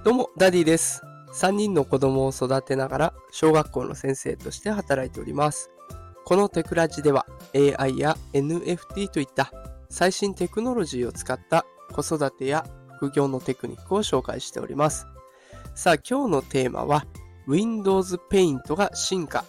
どうもダディです。3人の子供を育てながら小学校の先生として働いております。このテクラジでは AI や NFT といった最新テクノロジーを使った子育てや副業のテクニックを紹介しております。さあ今日のテーマは Windows Paint が進化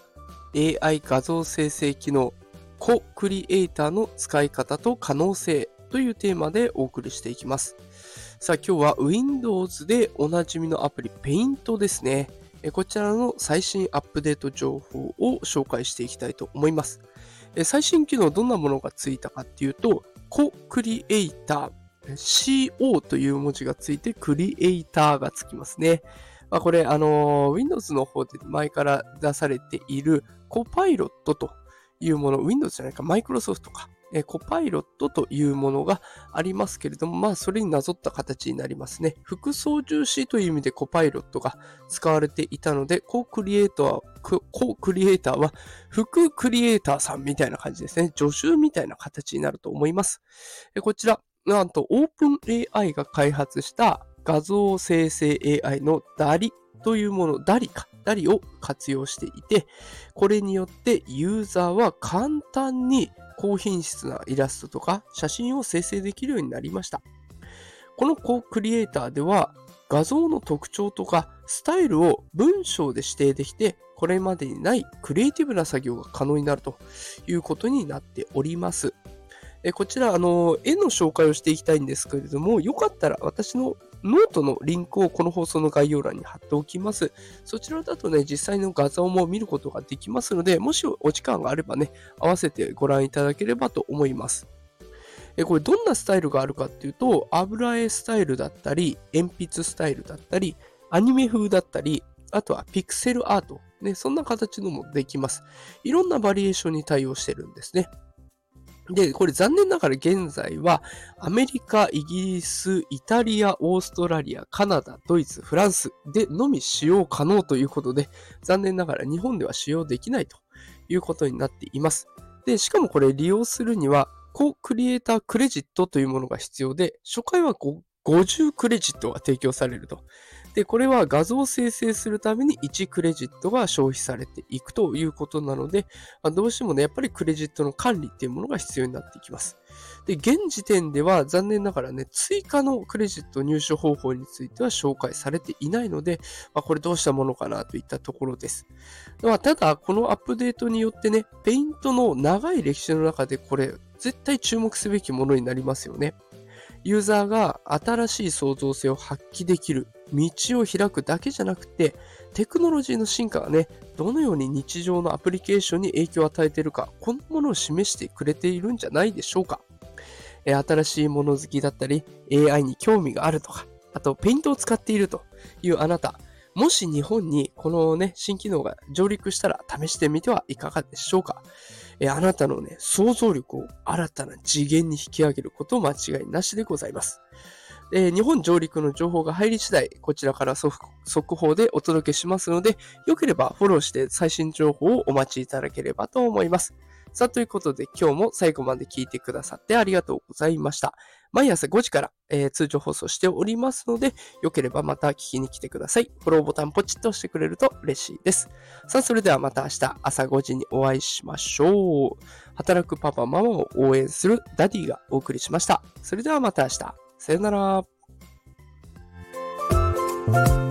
AI 画像生成機能コクリエイターの使い方と可能性というテーマでお送りしていきます。さあ今日は Windows でおなじみのアプリ Paint ですね。こちらの最新アップデート情報を紹介していきたいと思います。最新機能どんなものがついたかっていうと、コクリエイター、CO という文字がついてクリエイターがつきますね。これWindows の方で前から出されているコパイロットというもの、Windows じゃないか、Microsoft か。コパイロットというものがありますけれども、それになぞった形になりますね。副操縦士という意味でコパイロットが使われていたので、コクリエイターは副クリエイターさんみたいな感じですね。助手みたいな形になると思います。こちら、なんと OpenAI が開発した画像生成 AI のDALL-E というもの、DALL-E を活用していて、これによってユーザーは簡単に高品質なイラストとか写真を生成できるようになりました。このコクリエイターでは画像の特徴とかスタイルを文章で指定できて、これまでにないクリエイティブな作業が可能になるということになっております。こちら、絵の紹介をしていきたいんですけれども、よかったら私のノートのリンクをこの放送の概要欄に貼っておきます。そちらだとね、実際の画像も見ることができますので、もしお時間があればね、合わせてご覧いただければと思います。これどんなスタイルがあるかっていうと、油絵スタイルだったり、鉛筆スタイルだったり、アニメ風だったり、あとはピクセルアート、ね、そんな形のもできます。いろんなバリエーションに対応してるんですね。で、これ残念ながら現在はアメリカ、イギリス、イタリア、オーストラリア、カナダ、ドイツ、フランスでのみ使用可能ということで、残念ながら日本では使用できないということになっています。で、しかもこれ利用するには、コクリエイタークレジットというものが必要で、初回は50クレジットが提供されると。で、これは画像を生成するために1クレジットが消費されていくということなので、どうしてもね、やっぱりクレジットの管理っていうものが必要になってきます。で、現時点では残念ながらね、追加のクレジット入手方法については紹介されていないので、これどうしたものかなといったところです。ただ、このアップデートによってね、ペイントの長い歴史の中でこれ、絶対注目すべきものになりますよね。ユーザーが新しい創造性を発揮できる道を開くだけじゃなくて、テクノロジーの進化がね、どのように日常のアプリケーションに影響を与えているか、このものを示してくれているんじゃないでしょうか。新しいもの好きだったり、AI に興味があるとか、あと、ペイントを使っているというあなた、もし日本にこのね、新機能が上陸したら試してみてはいかがでしょうか。あなたのね、想像力を新たな次元に引き上げること間違いなしでございます。日本上陸の情報が入り次第、こちらから速報でお届けしますので、よければフォローして最新情報をお待ちいただければと思います。さあ、ということで今日も最後まで聞いてくださってありがとうございました。毎朝5時から、通常放送しておりますので、よければまた聞きに来てください。フォローボタンポチッと押してくれると嬉しいです。さあ、それではまた明日朝5時にお会いしましょう。働くパパママを応援するダディがお送りしました。それではまた明日。さよなら。